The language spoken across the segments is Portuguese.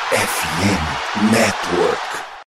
FM Network.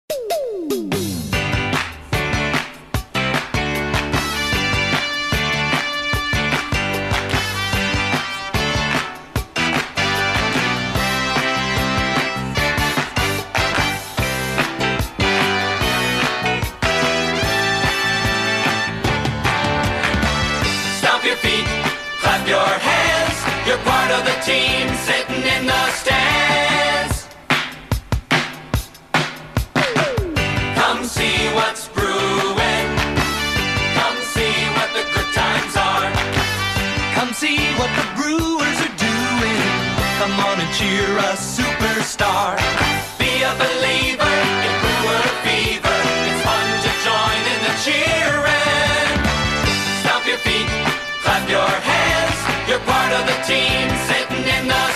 Cheer a superstar. Be a believer in Brewer fever. It's fun to join in the cheering. Stomp your feet, clap your hands. You're part of the team sitting in the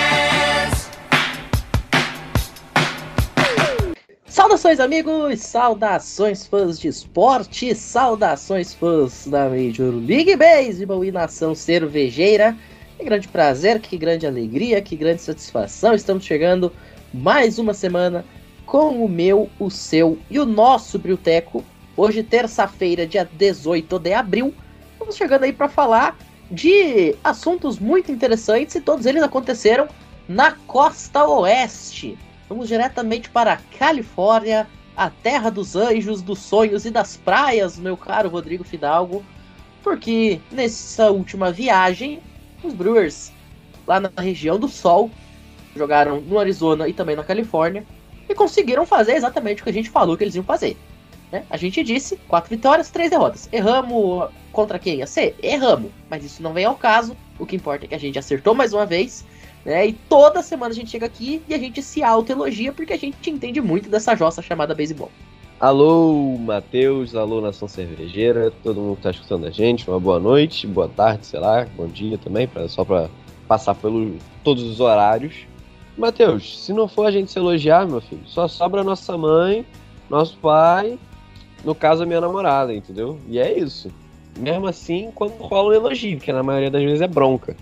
stands. Saudações, amigos! Saudações, fãs de esporte! Saudações, fãs da Major League Baseball e nação cervejeira! Que grande prazer, que grande alegria, que grande satisfação. Estamos chegando mais uma semana com o meu, o seu e o nosso Brioteco. Hoje, terça-feira, dia 18 de abril. Estamos chegando aí para falar de assuntos muito interessantes e todos eles aconteceram na costa oeste. Vamos diretamente para a Califórnia, a terra dos anjos, dos sonhos e das praias, meu caro Rodrigo Fidalgo. Porque nessa última viagem, os Brewers, lá na região do Sol, jogaram no Arizona e também na Califórnia, e conseguiram fazer exatamente o que a gente falou que eles iam fazer. Né? A gente disse, 4 vitórias, 3 derrotas. Erramos contra quem ia ser? Erramos, mas isso não vem ao caso. O que importa é que a gente acertou mais uma vez, né? E toda semana a gente chega aqui e a gente se auto-elogia, porque a gente entende muito dessa jossa chamada beisebol. Alô, Matheus, alô, Nação Cervejeira, todo mundo que tá escutando a gente, uma boa noite, boa tarde, sei lá, bom dia também, só pra passar pelos todos os horários. Matheus, se não for a gente se elogiar, meu filho, só sobra nossa mãe, nosso pai, no caso a minha namorada, entendeu? E é isso. Mesmo assim, quando rola um elogio, que na maioria das vezes é bronca.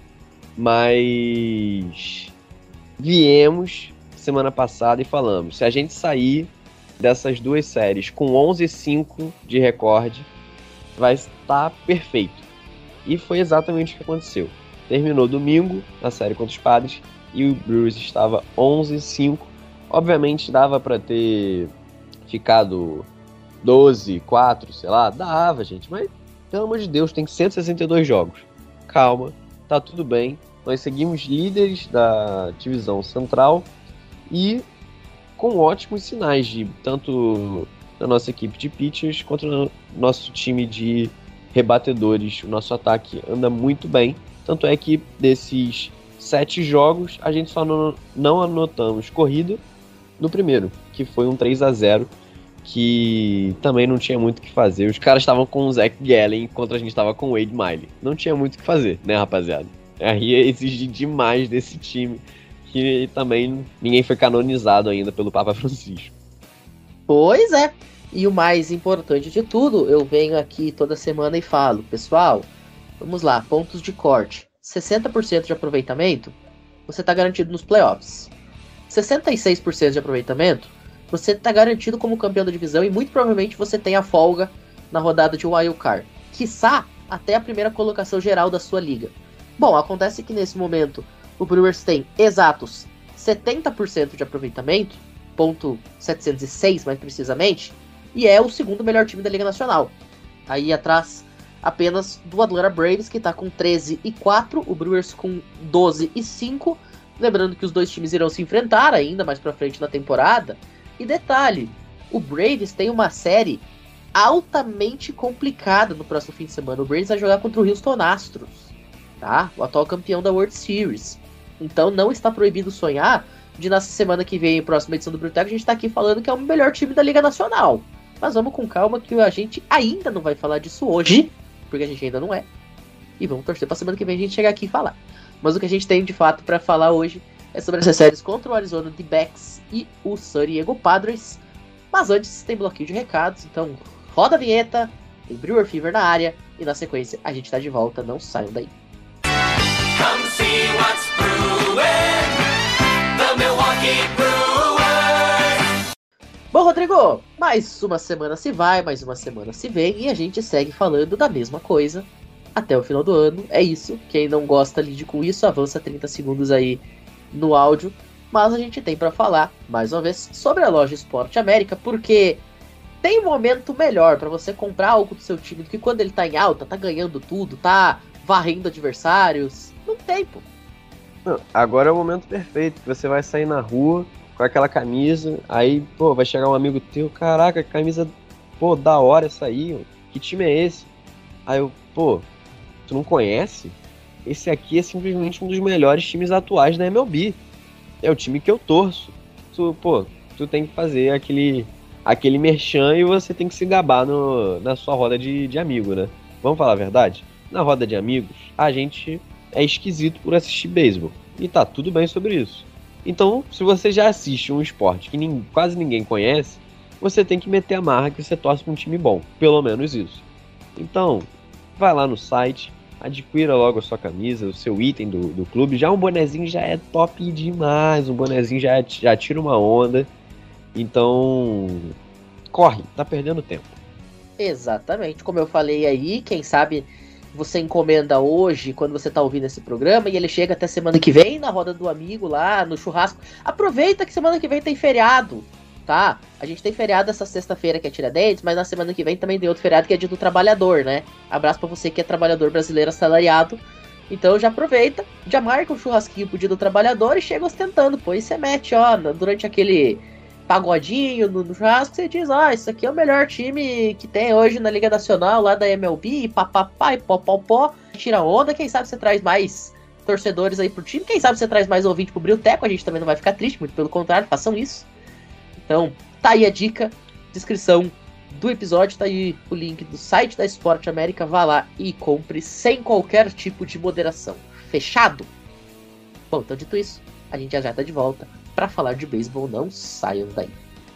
Mas viemos semana passada e falamos, se a gente sair dessas duas séries com 11-5 de recorde, vai estar perfeito. E foi exatamente o que aconteceu. Terminou domingo na série contra os Padres e o Brewers estava 11-5. Obviamente dava para ter ficado 12-4, sei lá, dava, gente, mas pelo amor de Deus, tem 162 jogos. Calma, tá tudo bem. Nós seguimos líderes da divisão central e com ótimos sinais de tanto da nossa equipe de pitchers quanto no nosso time de rebatedores. O nosso ataque anda muito bem, tanto é que desses 7 jogos a gente só não anotamos corrida no primeiro, que foi um 3-0, que também não tinha muito o que fazer. Os caras estavam com o Zach Gallen enquanto a gente estava com o Wade Miley. Não tinha muito o que fazer, né, rapaziada? Aí ia exigir demais desse time, que também ninguém foi canonizado ainda pelo Papa Francisco. Pois é, e o mais importante de tudo, eu venho aqui toda semana e falo, pessoal, vamos lá, pontos de corte, 60% de aproveitamento, você está garantido nos playoffs. 66% de aproveitamento, você está garantido como campeão da divisão e muito provavelmente você tem a folga na rodada de Wild Card, quiçá até a primeira colocação geral da sua liga. Bom, acontece que nesse momento o Brewers tem exatos 70% de aproveitamento, ponto 706 mais precisamente, e é o segundo melhor time da Liga Nacional. Aí atrás apenas do Atlanta Braves, que está com 13-4, o Brewers com 12-5, lembrando que os dois times irão se enfrentar ainda mais pra frente na temporada. E detalhe, o Braves tem uma série altamente complicada no próximo fim de semana. O Braves vai jogar contra o Houston Astros, tá? O atual campeão da World Series. Então não está proibido sonhar de na semana que vem, próxima edição do Brioteco, a gente está aqui falando que é o melhor time da Liga Nacional. Mas vamos com calma que a gente ainda não vai falar disso hoje, porque a gente ainda não é. E vamos torcer para semana que vem a gente chegar aqui e falar. Mas o que a gente tem de fato para falar hoje é sobre essas séries contra o Arizona D-backs e o San Diego Padres. Mas antes tem bloquinho de recados, então roda a vinheta, tem Brewer Fever na área e na sequência a gente tá de volta, não saiam daí. Come see what's brewing, the Milwaukee Brewers. Bom, Rodrigo, mais uma semana se vai, mais uma semana se vem e a gente segue falando da mesma coisa até o final do ano. É isso. Quem não gosta, lide com isso, avança 30 segundos aí no áudio. Mas a gente tem pra falar, mais uma vez, sobre a loja Esporte América, porque tem um momento melhor pra você comprar algo do seu time do que quando ele tá em alta, tá ganhando tudo, tá varrendo adversários. Não tem, pô. Não, agora é o momento perfeito, que você vai sair na rua com aquela camisa, aí, pô, vai chegar um amigo teu, caraca, que camisa, pô, da hora essa aí, ó. Que time é esse? Aí eu, pô, tu não conhece? Esse aqui é simplesmente um dos melhores times atuais da MLB. É o time que eu torço. Tu tem que fazer aquele merchan e você tem que se gabar na sua roda de amigo, né? Vamos falar a verdade? Na roda de amigos, a gente é esquisito por assistir beisebol. E tá tudo bem sobre isso. Então, se você já assiste um esporte que quase ninguém conhece, você tem que meter a marra que você torce pra um time bom. Pelo menos isso. Então, vai lá no site, adquira logo a sua camisa, o seu item do clube. Já um bonezinho já é top demais. Um bonezinho já tira uma onda. Então, corre, tá perdendo tempo. Exatamente, como eu falei aí, quem sabe você encomenda hoje, quando você tá ouvindo esse programa, e ele chega até semana que vem na roda do amigo lá, no churrasco. Aproveita que semana que vem tem feriado, tá? A gente tem feriado essa sexta-feira que é Tiradentes, mas na semana que vem também tem outro feriado que é dia do trabalhador, né? Abraço pra você que é trabalhador brasileiro assalariado. Então já aproveita, já marca um churrasquinho pro dia do trabalhador e chega ostentando, pô. E você mete, ó, durante aquele pagodinho no churrasco, você diz, isso aqui é o melhor time que tem hoje na Liga Nacional, lá da MLB, e papapá, e pó, tira onda, quem sabe você traz mais torcedores aí pro time, quem sabe você traz mais ouvinte pro Brilteco, a gente também não vai ficar triste, muito pelo contrário, façam isso. Então, tá aí a dica, descrição do episódio, tá aí o link do site da Esporte América, vá lá e compre sem qualquer tipo de moderação. Fechado? Bom, então dito isso, a gente já tá de volta para falar de beisebol, não saiam daí.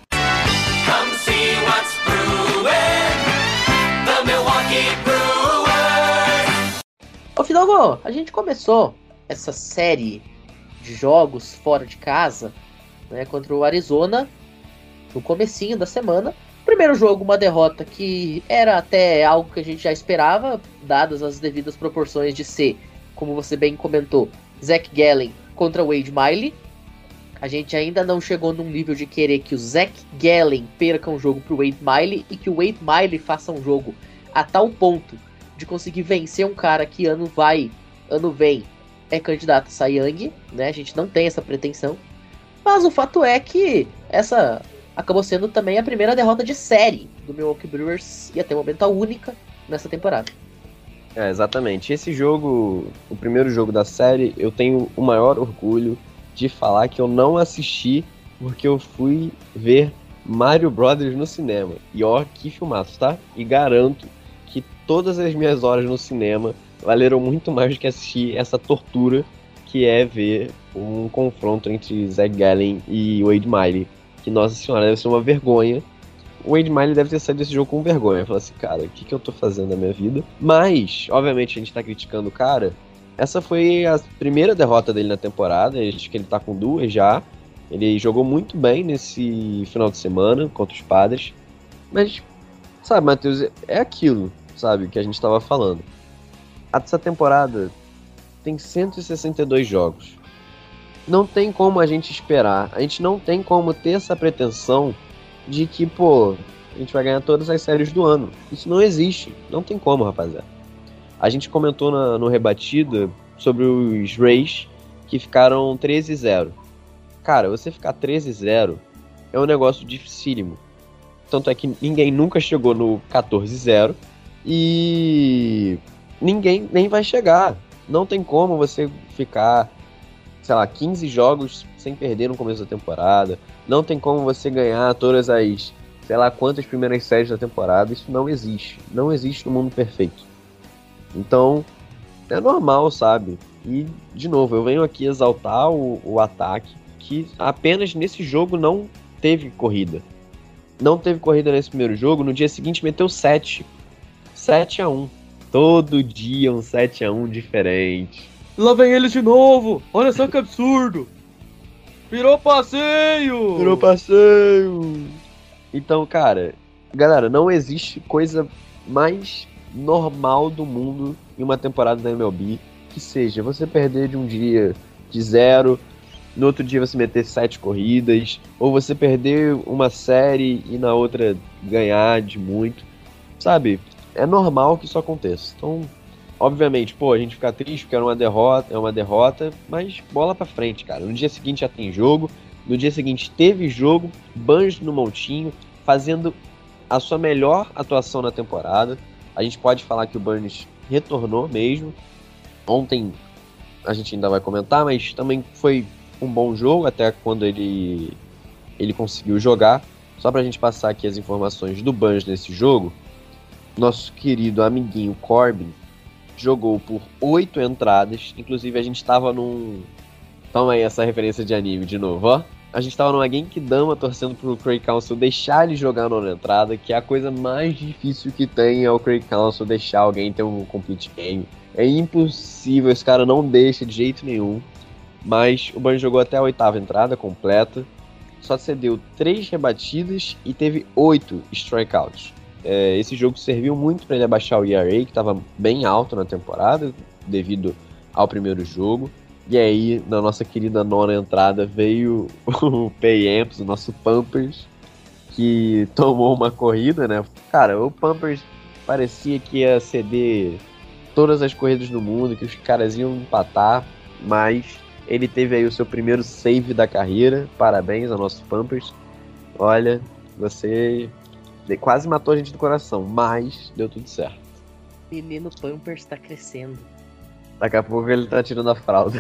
Come see what's brewing, the Milwaukee Brewers. Ô Fidalgo, a gente começou essa série de jogos fora de casa, né, contra o Arizona no comecinho da semana. Primeiro jogo, uma derrota que era até algo que a gente já esperava, dadas as devidas proporções de ser, como você bem comentou, Zach Gallen contra Wade Miley. A gente ainda não chegou num nível de querer que o Zach Gallen perca um jogo pro Wade Miley e que o Wade Miley faça um jogo a tal ponto de conseguir vencer um cara que ano vem é candidato a Cy Young, né? A gente não tem essa pretensão. Mas o fato é que essa acabou sendo também a primeira derrota de série do Milwaukee Brewers e até o momento a única nessa temporada. É, exatamente. Esse jogo, o primeiro jogo da série, eu tenho o maior orgulho de falar que eu não assisti porque eu fui ver Mario Brothers no cinema. E ó, que filmaço, tá? E garanto que todas as minhas horas no cinema valeram muito mais do que assistir essa tortura que é ver um confronto entre Zach Gallen e Wade Miley. Que, nossa senhora, deve ser uma vergonha. O Wade Miley deve ter saído desse jogo com vergonha. Falar assim, cara, o que eu tô fazendo na minha vida? Mas, obviamente, a gente tá criticando o cara. Essa foi a primeira derrota dele na temporada, acho que ele tá com 2 já. Ele jogou muito bem nesse final de semana contra os Padres. Mas, sabe, Matheus, é aquilo, sabe, que a gente tava falando. Essa temporada tem 162 jogos. Não tem como a gente esperar, a gente não tem como ter essa pretensão de que, pô, a gente vai ganhar todas as séries do ano. Isso não existe, não tem como, rapaziada. A gente comentou no Rebatida sobre os Rays que ficaram 13-0. Cara, você ficar 13-0 é um negócio dificílimo. Tanto é que ninguém nunca chegou no 14-0 e ninguém nem vai chegar. Não tem como você ficar, sei lá, 15 jogos sem perder no começo da temporada. Não tem como você ganhar todas as, sei lá, quantas primeiras séries da temporada. Isso não existe. Não existe no mundo perfeito. Então, é normal, sabe? E, de novo, eu venho aqui exaltar o ataque, que apenas nesse jogo não teve corrida. Não teve corrida nesse primeiro jogo, no dia seguinte meteu 7. 7-1. Todo dia um 7-1 diferente. Lá vem eles de novo! Olha só que absurdo! Virou passeio! Virou passeio! Então, cara, galera, não existe coisa mais normal do mundo em uma temporada da MLB que seja você perder de um dia de 0, no outro dia você meter 7 corridas, ou você perder uma série e na outra ganhar de muito, sabe? É normal que isso aconteça. Então, obviamente, a gente fica triste porque é uma derrota, mas bola pra frente, cara. No dia seguinte já tem jogo, no dia seguinte teve jogo, Buns no montinho, fazendo a sua melhor atuação na temporada. A gente pode falar que o Burns retornou mesmo. Ontem a gente ainda vai comentar, mas também foi um bom jogo até quando ele conseguiu jogar. Só pra gente passar aqui as informações do Burns nesse jogo. Nosso querido amiguinho Corbin jogou por 8 entradas. Inclusive a gente tava num... Toma aí essa referência de anime de novo, ó. A gente tava numa Genkidama torcendo pro Craig Counsell deixar ele jogar na entrada, que é a coisa mais difícil que tem, é o Craig Counsell deixar alguém ter um complete game. É impossível, esse cara não deixa de jeito nenhum. Mas o Burns jogou até a 8ª entrada completa, só cedeu 3 rebatidas e teve 8 strikeouts. Esse jogo serviu muito para ele abaixar o ERA, que estava bem alto na temporada, devido ao primeiro jogo. E aí, na nossa querida 9ª entrada, veio o Payamps, o nosso Pampers, que tomou uma corrida, né? Cara, o Pampers parecia que ia ceder todas as corridas do mundo, que os caras iam empatar, mas ele teve aí o seu primeiro save da carreira. Parabéns ao nosso Pampers. Olha, você quase matou a gente do coração, mas deu tudo certo. Menino Pampers tá crescendo. Daqui a pouco ele tá tirando a fralda.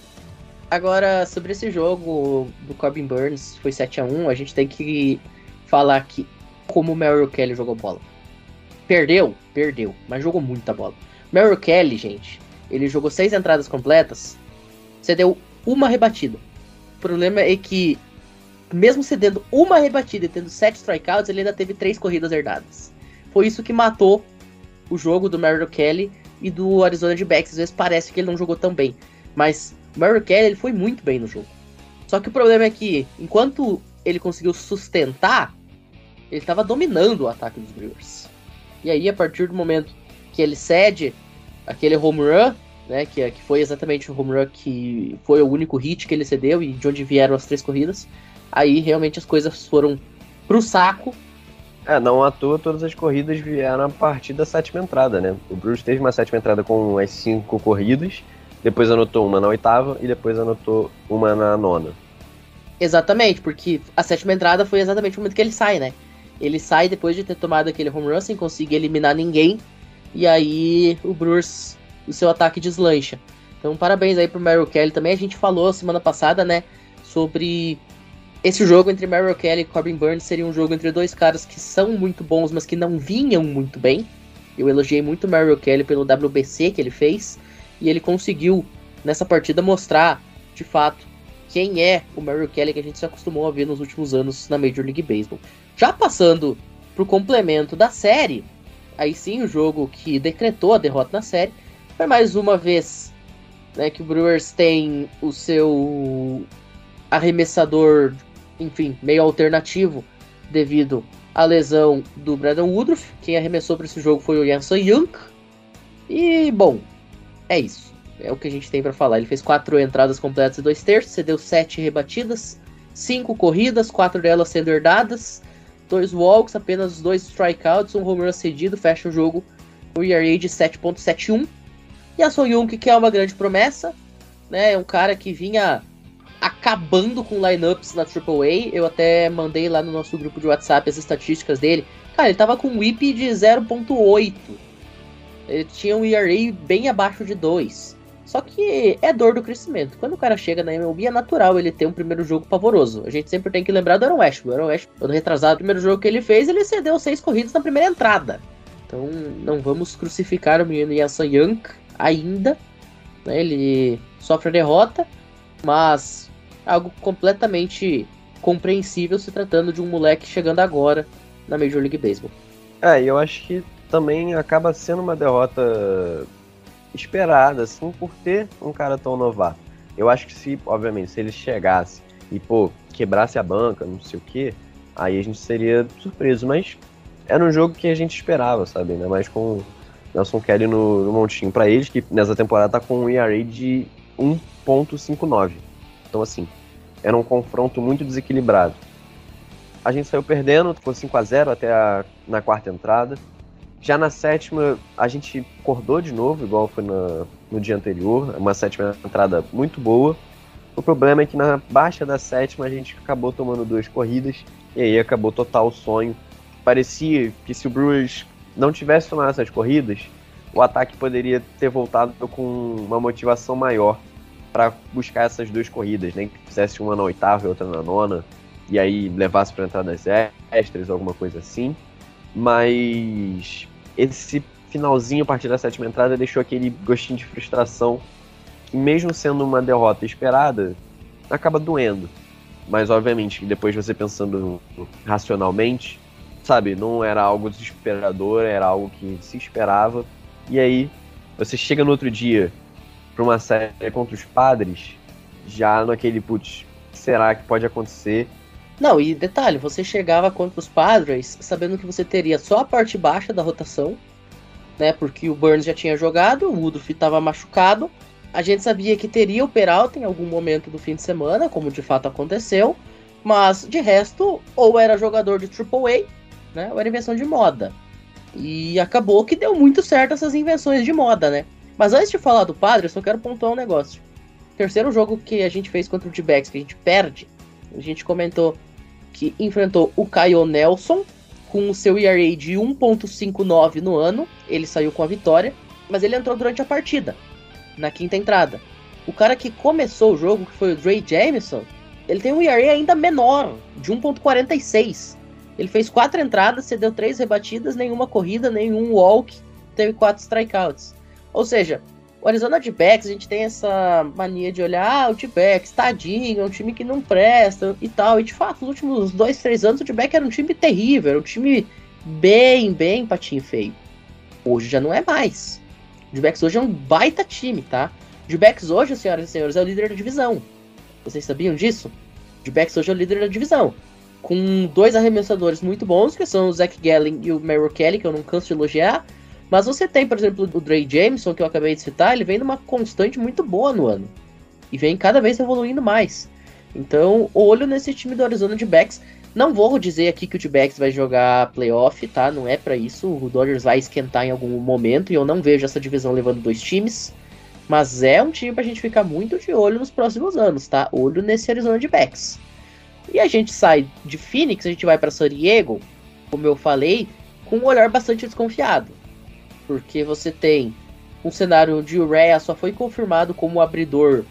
Agora, sobre esse jogo do Corbin Burns, foi 7-1, a gente tem que falar aqui como o Merrill Kelly jogou bola. Perdeu, mas jogou muita bola. Merrill Kelly, gente, ele jogou 6 entradas completas, cedeu uma rebatida. O problema é que, mesmo cedendo uma rebatida e tendo 7 strikeouts, ele ainda teve 3 corridas herdadas. Foi isso que matou o jogo do Merrill Kelly e do Arizona D-backs. Às vezes parece que ele não jogou tão bem, mas o Merrill Kelly ele foi muito bem no jogo. Só que o problema é que, enquanto ele conseguiu sustentar, ele estava dominando o ataque dos Brewers. E aí, a partir do momento que ele cede aquele home run, né, que foi exatamente o home run que foi o único hit que ele cedeu e de onde vieram as 3 corridas, aí realmente as coisas foram pro saco. Não à toa todas as corridas vieram a partir da 7ª entrada, né? O Brewers teve uma 7ª entrada com as 5 corridas, depois anotou uma na 8ª e depois anotou uma na 9ª. Exatamente, porque a 7ª entrada foi exatamente o momento que ele sai, né? Ele sai depois de ter tomado aquele home run sem conseguir eliminar ninguém, e aí o Brewers, o seu ataque deslancha. Então parabéns aí pro Merrill Kelly também. A gente falou semana passada, né, sobre esse jogo entre Merrill Kelly e Corbin Burns seria um jogo entre 2 caras que são muito bons, mas que não vinham muito bem. Eu elogiei muito o Merrill Kelly pelo WBC que ele fez, e ele conseguiu, nessa partida, mostrar, de fato, quem é o Merrill Kelly que a gente se acostumou a ver nos últimos anos na Major League Baseball. Já passando pro complemento da série, aí sim o jogo que decretou a derrota na série, foi mais uma vez, né, que o Brewers tem o seu arremessador, enfim, meio alternativo devido à lesão do Brandon Woodruff. Quem arremessou para esse jogo foi o Yan-Sun Young. E, bom, é isso. É o que a gente tem para falar. Ele fez 4 entradas completas e 2/3, cedeu 7 rebatidas, 5 corridas, 4 delas sendo herdadas, 2 walks, apenas 2 strikeouts, um home run cedido, fecha o jogo com o ERA de 7.71. E a Son Young, que é uma grande promessa, né? É um cara que vinha acabando com lineups na AAA. Eu até mandei lá no nosso grupo de WhatsApp as estatísticas dele. Cara, ele tava com um whip de 0.8. Ele tinha um ERA bem abaixo de 2. Só que é dor do crescimento. Quando o cara chega na MLB, é natural ele ter um primeiro jogo pavoroso. A gente sempre tem que lembrar do Aaron Ashby. O Aaron Ashby, quando retrasado, o primeiro jogo que ele fez, ele cedeu 6 corridas na primeira entrada. Então, não vamos crucificar o menino Yan-Sun Young ainda, né? Ele sofre a derrota, mas algo completamente compreensível se tratando de um moleque chegando agora na Major League Baseball. E eu acho que também acaba sendo uma derrota esperada, assim, por ter um cara tão novato. Eu acho que se, obviamente, se ele chegasse e, quebrasse a banca, não sei o quê, aí a gente seria surpreso, mas era um jogo que a gente esperava, sabe? Ainda mais com o Nelson Kelly no montinho. Pra eles, que nessa temporada tá com um ERA de 1.59. Então, assim, era um confronto muito desequilibrado. A gente saiu perdendo, ficou 5-0 até na quarta entrada. Já na sétima, a gente acordou de novo, igual foi no dia anterior. Uma sétima entrada muito boa. O problema é que na baixa da sétima a gente acabou tomando 2 corridas. E aí acabou total o sonho. Parecia que se o Brewers não tivesse tomado essas corridas, o ataque poderia ter voltado com uma motivação maior para buscar essas 2 corridas, né? Que fizesse uma na oitava e outra na nona, e aí levasse para entradas extras, alguma coisa assim. Mas esse finalzinho a partir da sétima entrada deixou aquele gostinho de frustração que, mesmo sendo uma derrota esperada, acaba doendo. Mas obviamente, depois você pensando racionalmente, sabe, não era algo desesperador, era algo que se esperava. E aí, você chega no outro dia para uma série contra os Padres, já naquele, putz, o que será que pode acontecer? Não, e detalhe, você chegava contra os Padres sabendo que você teria só a parte baixa da rotação, né, porque o Burns já tinha jogado, o Woodruff estava machucado, a gente sabia que teria o Peralta em algum momento do fim de semana, como de fato aconteceu, mas de resto, ou era jogador de AAA, né, ou era invenção de moda. E acabou que deu muito certo essas invenções de moda, né? Mas antes de falar do Padres, eu só quero pontuar um negócio. O terceiro jogo que a gente fez contra o D-backs, que a gente perde, a gente comentou que enfrentou o Kyle Nelson com o seu ERA de 1.59 no ano. Ele saiu com a vitória, mas ele entrou durante a partida, na quinta entrada. O cara que começou o jogo, que foi o Dre Jameson, ele tem um ERA ainda menor, de 1.46. Ele fez 4 entradas, cedeu 3 rebatidas, nenhuma corrida, nenhum walk, teve 4 strikeouts. Ou seja, o Arizona D-backs, a gente tem essa mania de olhar, o D-backs, tadinho, é um time que não presta e tal. E de fato, nos últimos 2, 3 anos, o D-back era um time terrível, era um time bem patinho feio. Hoje já não é mais. O D-backs hoje é um baita time, tá? O D-backs hoje, senhoras e senhores, é o líder da divisão. Vocês sabiam disso? O D-backs hoje é o líder da divisão, com 2 arremessadores muito bons, que são o Zach Gallen e o Merrill Kelly, que eu não canso de elogiar. Mas você tem, por exemplo, o Dre Jameson, que eu acabei de citar, ele vem numa constante muito boa no ano. E vem cada vez evoluindo mais. Então, olho nesse time do Arizona D-backs. Não vou dizer aqui que o D-backs vai jogar playoff, tá? Não é pra isso. O Dodgers vai esquentar em algum momento e eu não vejo essa divisão levando 2 times. Mas é um time pra gente ficar muito de olho nos próximos anos, tá? Olho nesse Arizona D-backs. E a gente sai de Phoenix, a gente vai pra San Diego, como eu falei, com um olhar bastante desconfiado. Porque você tem um cenário onde o Urea só foi confirmado como abridor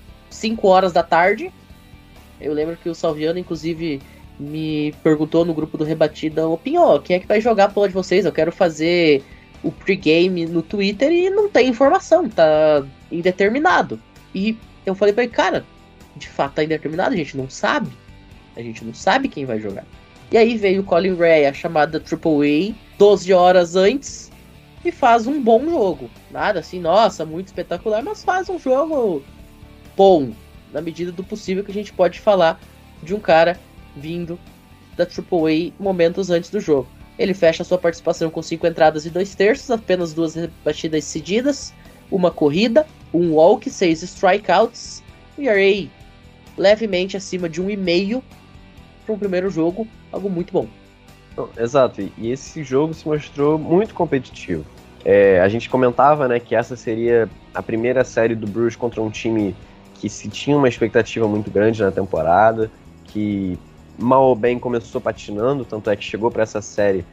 5 horas da tarde. Eu lembro que o Salviano, inclusive, me perguntou no grupo do Rebatida, Pinho, quem é que vai jogar pela de vocês? Eu quero fazer o pregame no Twitter e não tem informação, tá indeterminado. E eu falei pra ele, cara, de fato tá indeterminado, a gente não sabe. A gente não sabe quem vai jogar. E aí veio o Colin Rea, a chamada AAA, 12 horas antes, e faz um bom jogo. Nada assim, nossa, muito espetacular, mas faz um jogo bom, na medida do possível que a gente pode falar de um cara vindo da AAA momentos antes do jogo. Ele fecha sua participação com 5 entradas e 2 terços, apenas 2 batidas cedidas, uma corrida, um walk, 6 strikeouts, e ERA levemente acima de 1,5 para um primeiro jogo, algo muito bom. Exato, e esse jogo se mostrou muito competitivo. A gente comentava, né, que essa seria a primeira série do Brewers contra um time que se tinha uma expectativa muito grande na temporada, que mal ou bem começou patinando, tanto é que chegou para essa série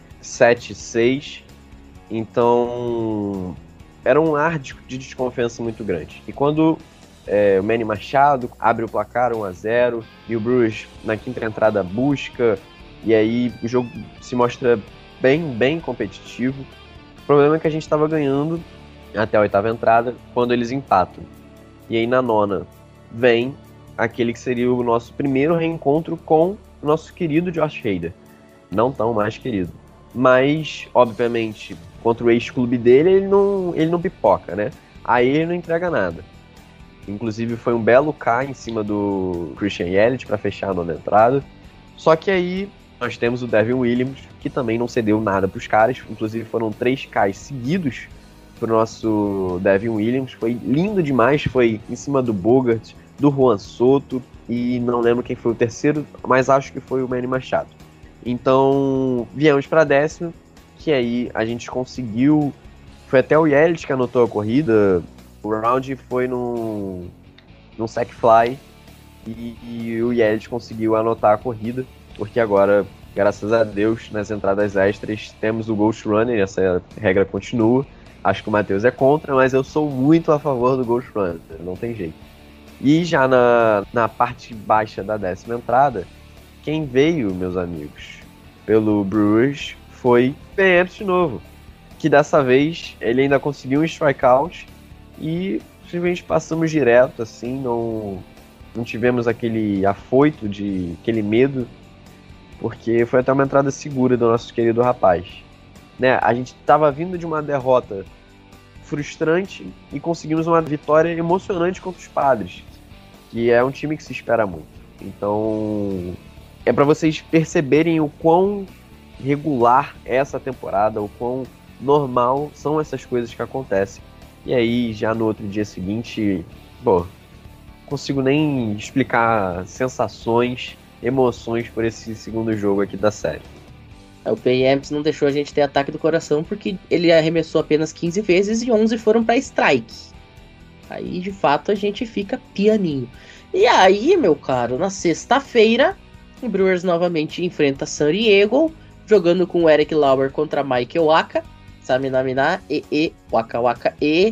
7-6, então era um ar de desconfiança muito grande. E quando o Manny Machado abre o placar 1-0 e o Brewers na quinta entrada busca, e aí o jogo se mostra bem competitivo. O problema é que a gente estava ganhando até a oitava entrada, quando eles empatam. E aí na nona vem aquele que seria o nosso primeiro reencontro com o nosso querido Josh Hader. Não tão mais querido. Mas, obviamente, contra o ex-clube dele, ele não pipoca, né? Aí ele não entrega nada. Inclusive foi um belo K em cima do Christian Yelich para fechar a nona entrada. Só que aí nós temos o Devin Williams, que também não cedeu nada para os caras. Inclusive foram 3 Ks seguidos pro nosso Devin Williams. Foi lindo demais, foi em cima do Bogart, do Juan Soto, e não lembro quem foi o terceiro, mas acho que foi o Manny Machado. Então, viemos para 10º, que aí a gente conseguiu... Foi até o Yelich que anotou a corrida. O round foi num sack fly, e o Yelich conseguiu anotar a corrida, porque agora, graças a Deus, nas entradas extras, temos o Ghost Runner, essa regra continua. Acho que o Matheus é contra, mas eu sou muito a favor do Ghost Runner, não tem jeito. E já na parte baixa da 10ª entrada, quem veio, meus amigos, pelo Brewers foi Ben Epps de novo, que dessa vez ele ainda conseguiu um strikeout e simplesmente passamos direto, assim, não tivemos aquele afoito, aquele medo, porque foi até uma entrada segura do nosso querido rapaz. Né? A gente estava vindo de uma derrota frustrante e conseguimos uma vitória emocionante contra os Padres, que é um time que se espera muito. Então, é para vocês perceberem o quão regular é essa temporada, o quão normal são essas coisas que acontecem. E aí, já no outro dia seguinte, consigo nem explicar sensações, emoções por esse segundo jogo aqui da série. O Ben Epps não deixou a gente ter ataque do coração porque ele arremessou apenas 15 vezes e 11 foram para strike. Aí, de fato, a gente fica pianinho. E aí, meu caro, na sexta-feira, o Brewers novamente enfrenta San Diego, jogando com o Eric Lauer contra Michael Wacha, Saminamina, Waka Waka, e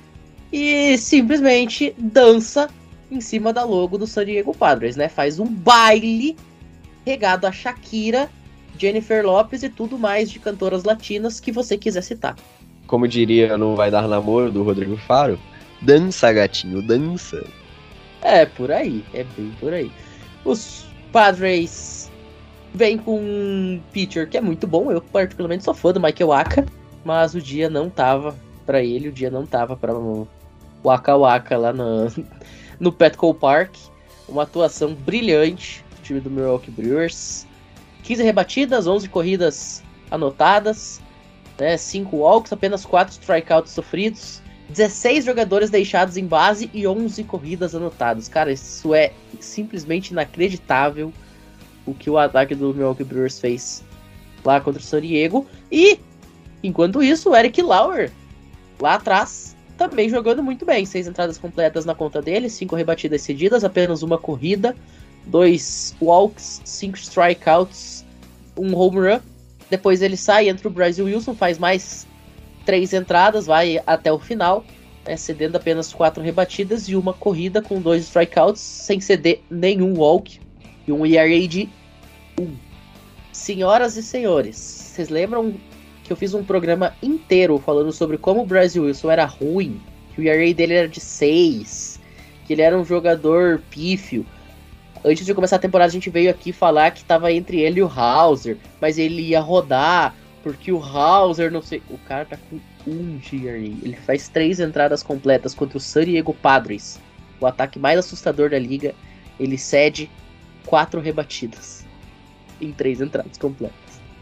simplesmente dança em cima da logo do San Diego Padres, né? Faz um baile regado a Shakira, Jennifer Lopez e tudo mais de cantoras latinas que você quiser citar. Como diria no Vai Dar Namoro, do Rodrigo Faro, dança, gatinho, dança. É por aí, é bem por aí. Os Padres vêm com um pitcher que é muito bom, eu particularmente sou fã do Michael Wacha, mas o dia não tava pra ele, o dia não tava pra Waka Waka lá no Petco Park. Uma atuação brilhante do time do Milwaukee Brewers. 15 rebatidas, 11 corridas anotadas, né, 5 walks, apenas 4 strikeouts sofridos, 16 jogadores deixados em base e 11 corridas anotadas. Cara, isso é simplesmente inacreditável o que o ataque do Milwaukee Brewers fez lá contra o San Diego. E, enquanto isso, o Eric Lauer, lá atrás, também jogando muito bem. 6 entradas completas na conta dele, 5 rebatidas cedidas, apenas uma corrida, 2 walks, 5 strikeouts, 1 home run. Depois ele sai, entra o Bryce Wilson, faz mais 3 entradas, vai até o final, né, cedendo apenas 4 rebatidas e uma corrida com 2 strikeouts, sem ceder nenhum walk e um ERA de 1. Senhoras e senhores, vocês lembram que eu fiz um programa inteiro falando sobre como o Bryce Wilson era ruim, que o ERA dele era de 6, que ele era um jogador pífio? Antes de começar a temporada, a gente veio aqui falar que estava entre ele e o Hauser, mas ele ia rodar, porque o Hauser, não sei... O cara tá com 1 GRA. Ele faz 3 entradas completas contra o San Diego Padres, o ataque mais assustador da liga. Ele cede 4 rebatidas em 3 entradas completas.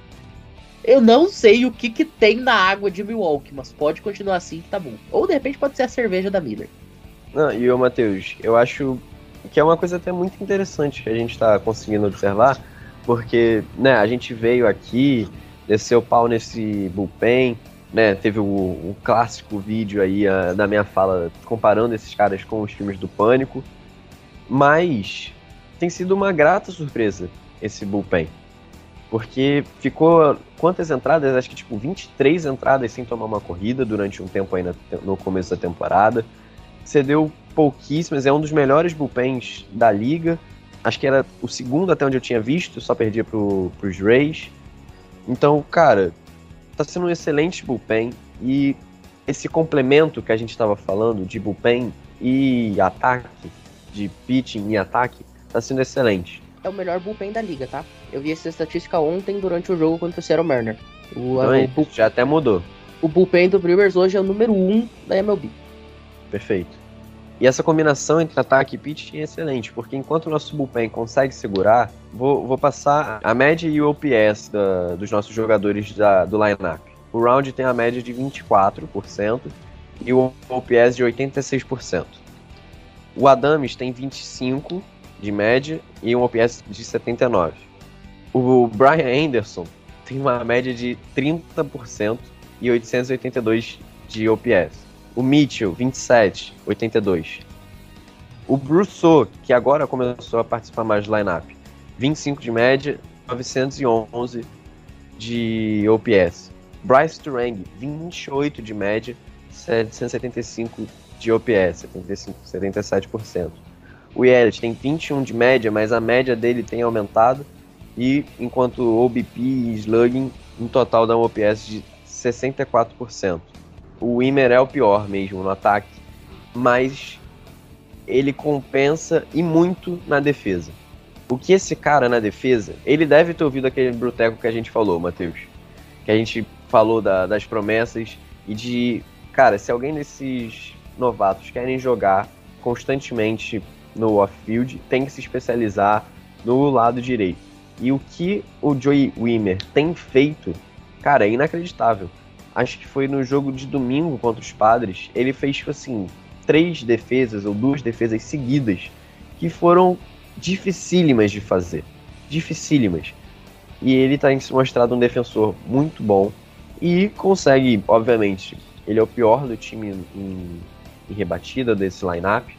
Eu não sei o que tem na água de Milwaukee, mas pode continuar assim que tá bom. Ou de repente pode ser a cerveja da Miller. Não, e o Matheus, eu acho que é uma coisa até muito interessante que a gente tá conseguindo observar, porque, né, a gente veio aqui, desceu o pau nesse bullpen, né, teve o clássico vídeo aí da minha fala comparando esses caras com os times do Pânico, mas tem sido uma grata surpresa esse bullpen, porque ficou quantas entradas? Acho que tipo 23 entradas sem tomar uma corrida durante um tempo aí no começo da temporada. Cedeu pouquíssimas, é um dos melhores bullpens da liga. Acho que era o segundo até onde eu tinha visto, só perdia pros Rays. Então, cara, tá sendo um excelente bullpen. E esse complemento que a gente tava falando de bullpen e ataque, de pitching e ataque, tá sendo excelente. É o melhor bullpen da liga, tá? Eu vi essa estatística ontem durante o jogo contra o Seattle Mariners. Já até mudou. O bullpen do Brewers hoje é o número 1 da MLB. Perfeito. E essa combinação entre ataque e pitching é excelente, porque enquanto o nosso bullpen consegue segurar, vou passar a média e o OPS dos nossos jogadores do line-up. O Round tem a média de 24% e o OPS de 86%. O Adames tem 25% de média e um OPS de 79%. O Brian Anderson tem uma média de 30% e 882 de OPS. O Mitchell, 27, 82. O Brousseau, que agora começou a participar mais do line-up, 25 de média, 911 de OPS. Bryce Turang, 28 de média, 775 de OPS, 77%. O Yelich tem 21 de média, mas a média dele tem aumentado, e enquanto o OBP e slugging, um total dá um OPS de 64%. O Wimmer é o pior mesmo no ataque, mas ele compensa e muito na defesa. O que esse cara na defesa, ele deve ter ouvido aquele bruteco que a gente falou, Matheus, que a gente falou das promessas e de, cara, se alguém desses novatos querem jogar constantemente no off-field, tem que se especializar no lado direito. E o que o Joey Wimmer tem feito, cara, é inacreditável. Acho que foi no jogo de domingo contra os Padres, ele fez, tipo assim, 3 defesas ou 2 defesas seguidas que foram dificílimas de fazer. Dificílimas. E ele tem se mostrado um defensor muito bom e consegue, obviamente, ele é o pior do time em rebatida desse lineup,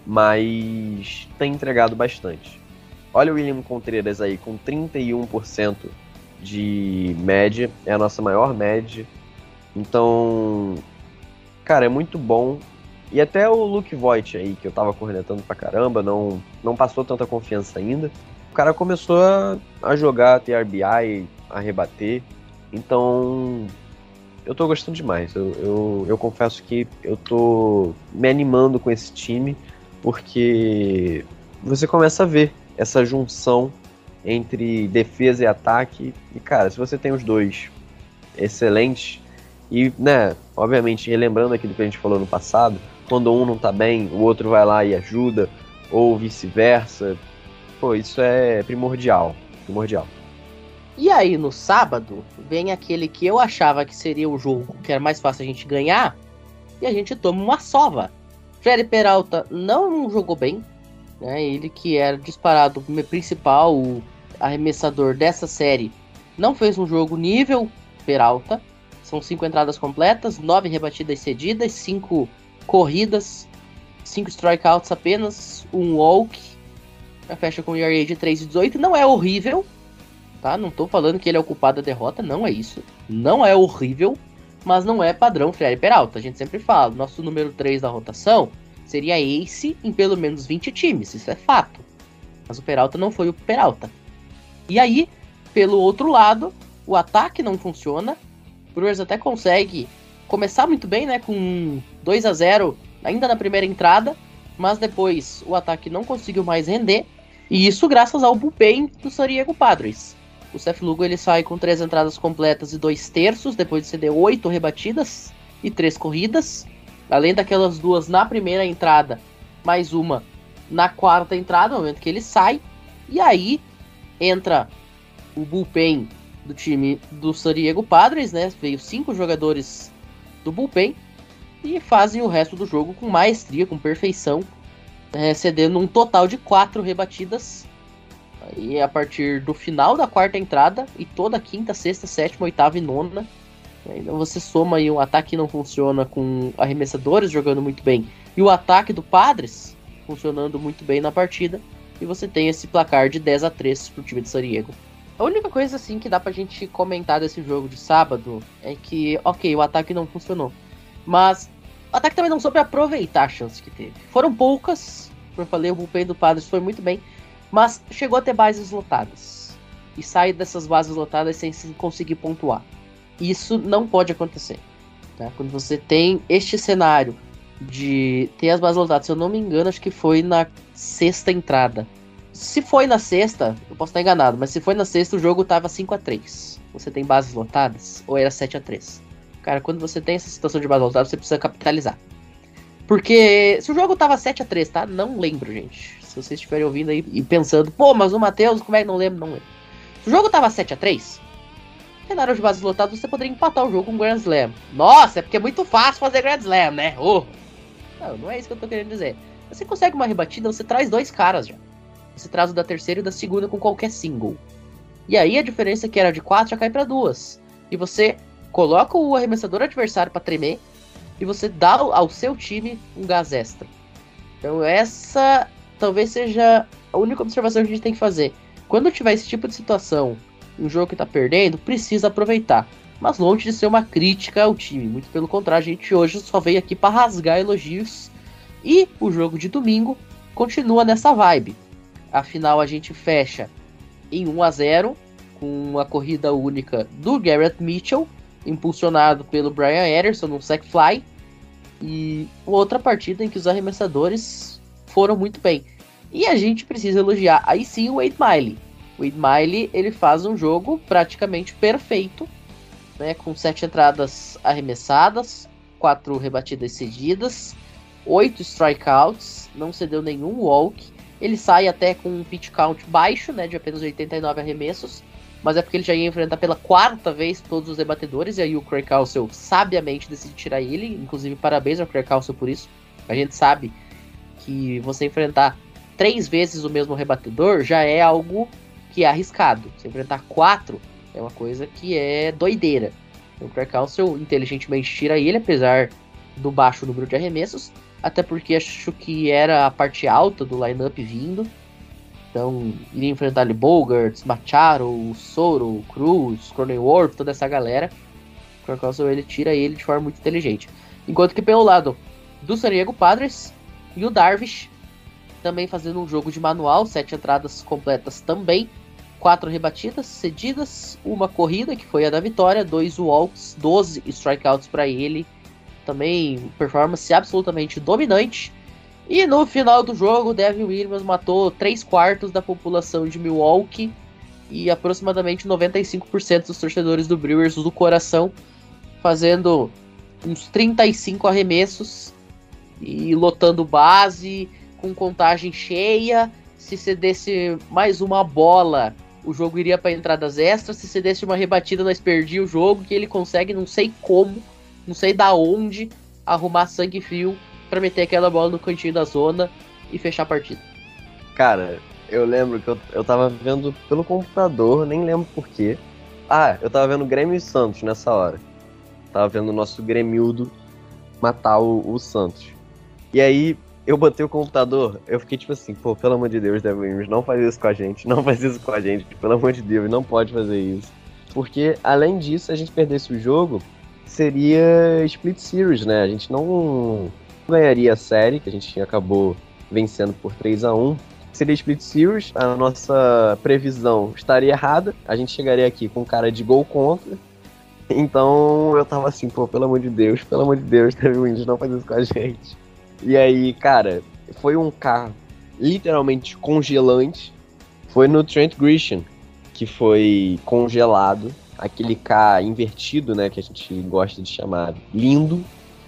mas tem entregado bastante. Olha o William Contreras aí com 31% de média, é a nossa maior média. Então, cara, é muito bom. E até o Luke Voit aí, que eu tava cornetando pra caramba, não passou tanta confiança ainda. O cara começou a jogar, a ter RBI, a rebater. Então, eu tô gostando demais. Eu confesso que eu tô me animando com esse time, porque você começa a ver essa junção entre defesa e ataque. E, cara, se você tem os dois excelentes, e, né, obviamente, relembrando aquilo que a gente falou no passado, quando um não tá bem, o outro vai lá e ajuda, ou vice-versa. Pô, isso é primordial. E aí, no sábado, vem aquele que eu achava que seria o jogo que era mais fácil a gente ganhar, e a gente toma uma sova. Freddy Peralta não jogou bem, né? Ele que era disparado o principal, o arremessador dessa série, não fez um jogo nível Peralta. São 5 entradas completas, 9 rebatidas cedidas, 5 corridas, 5 strikeouts apenas, 1 walk. Fecha com ERA de 3,18. Não é horrível, tá? Não tô falando que ele é o culpado da derrota, não é isso. Não é horrível, mas não é padrão Freddy Peralta. A gente sempre fala, nosso número 3 da rotação seria ace em pelo menos 20 times, isso é fato. Mas o Peralta não foi o Peralta. E aí, pelo outro lado, o ataque não funciona. O Brewers até consegue começar muito bem, né, com 2-0 ainda na primeira entrada, mas depois o ataque não conseguiu mais render, e isso graças ao bullpen do San Diego Padres. O Seth Lugo ele sai com 3 entradas completas e 2 terços, depois de ceder 8 rebatidas e 3 corridas, além daquelas 2 na primeira entrada, mais uma na quarta entrada, no momento que ele sai, e aí entra o bullpen do time do San Diego Padres, né? Veio 5 jogadores do bullpen e fazem o resto do jogo com maestria, com perfeição, cedendo um total de 4 rebatidas. E a partir do final da quarta entrada e toda a quinta, sexta, sétima, oitava e nona. Então você soma aí um ataque que não funciona com arremessadores jogando muito bem e o ataque do Padres funcionando muito bem na partida, e você tem esse placar de 10-3 pro time de San Diego. A única coisa assim que dá pra gente comentar desse jogo de sábado é que, ok, o ataque não funcionou, mas o ataque também não soube aproveitar a chance que teve. Foram poucas, como eu falei, o bullpen do Padres foi muito bem, mas chegou a ter bases lotadas e sai dessas bases lotadas sem conseguir pontuar. Isso não pode acontecer, tá? Quando você tem este cenário de ter as bases lotadas, se eu não me engano, acho que foi na sexta entrada. Se foi na sexta, eu posso estar enganado, mas se foi na sexta, o jogo tava 5-3. Você tem bases lotadas, ou era 7-3. Cara, quando você tem essa situação de base lotada, você precisa capitalizar. Porque se o jogo tava 7-3, tá? Não lembro, gente. Se vocês estiverem ouvindo aí e pensando, pô, mas o Matheus, como é que não lembro? Não lembro. Se o jogo tava 7-3, cenário de bases lotadas, você poderia empatar o jogo com Grand Slam. Nossa, é porque é muito fácil fazer Grand Slam, né? Não, não é isso que eu tô querendo dizer. Você consegue uma rebatida, você traz 2 caras já. Você traz o da terceira e o da segunda com qualquer single. E aí a diferença que era de 4 já cai pra 2. E você coloca o arremessador adversário pra tremer e você dá ao seu time um gás extra. Então essa talvez seja a única observação que a gente tem que fazer. Quando tiver esse tipo de situação, um jogo que tá perdendo, precisa aproveitar. Mas longe de ser uma crítica ao time. Muito pelo contrário, a gente hoje só veio aqui para rasgar elogios. E o jogo de domingo continua nessa vibe. Afinal, a gente fecha em 1-0 com uma corrida única do Garrett Mitchell, impulsionado pelo Brian Ederson num sack fly. E outra partida em que os arremessadores foram muito bem. E a gente precisa elogiar aí sim o Wade Miley. O Wade Miley, ele faz um jogo praticamente perfeito, né, com 7 entradas arremessadas, 4 rebatidas cedidas, 8 strikeouts, não cedeu nenhum walk. Ele sai até com um pitch count baixo, né, de apenas 89 arremessos, mas é porque ele já ia enfrentar pela 4ª vez todos os rebatedores, e aí o Craig Counsell sabiamente decidiu tirar ele. Inclusive, parabéns ao Craig Counsell por isso. A gente sabe que você enfrentar 3 vezes o mesmo rebatedor já é algo que é arriscado. Você enfrentar 4 é uma coisa que é doideira. Então, o Craig Counsell inteligentemente tira ele, apesar do baixo número de arremessos, até porque acho que era a parte alta do lineup vindo. Então, iria enfrentar ali Bogaerts, Machado, Soro, Cruz, Cronenworth, toda essa galera. O Craig Counsell, ele tira ele de forma muito inteligente. Enquanto que pelo lado do San Diego Padres, e o Darvish também fazendo um jogo de manual, 7 entradas completas também, 4 rebatidas cedidas, 1 corrida, que foi a da vitória, 2 walks, 12 strikeouts para ele. Também performance absolutamente dominante. E no final do jogo, o Devin Williams matou 3/4 da população de Milwaukee e aproximadamente 95% dos torcedores do Brewers do coração, fazendo uns 35 arremessos e lotando base, com contagem cheia. Se cedesse mais uma bola, o jogo iria para entradas extras. Se cedesse uma rebatida, nós perdíamos o jogo, que ele consegue, não sei como, não sei da onde, arrumar sangue frio pra meter aquela bola no cantinho da zona e fechar a partida. Cara, eu lembro que eu tava vendo pelo computador, nem lembro porquê. Ah, eu tava vendo Grêmio e Santos nessa hora. Tava vendo o nosso Grêmildo matar o Santos. E aí, eu botei o computador, eu fiquei tipo assim, pô, pelo amor de Deus, Devin Williams, não faz isso com a gente, não faz isso com a gente, pelo amor de Deus, não pode fazer isso. Porque, além disso, se a gente perdesse o jogo, seria split series, né? A gente não ganharia a série, que a gente acabou vencendo por 3-1. Seria split series, a nossa previsão estaria errada, a gente chegaria aqui com cara de gol contra. Então eu tava assim, pô, pelo amor de Deus, Devin Williams, não faz isso com a gente. E aí, cara, foi um K literalmente congelante. Foi no Trent Grisham, que foi congelado. Aquele K invertido, né, que a gente gosta de chamar lindo.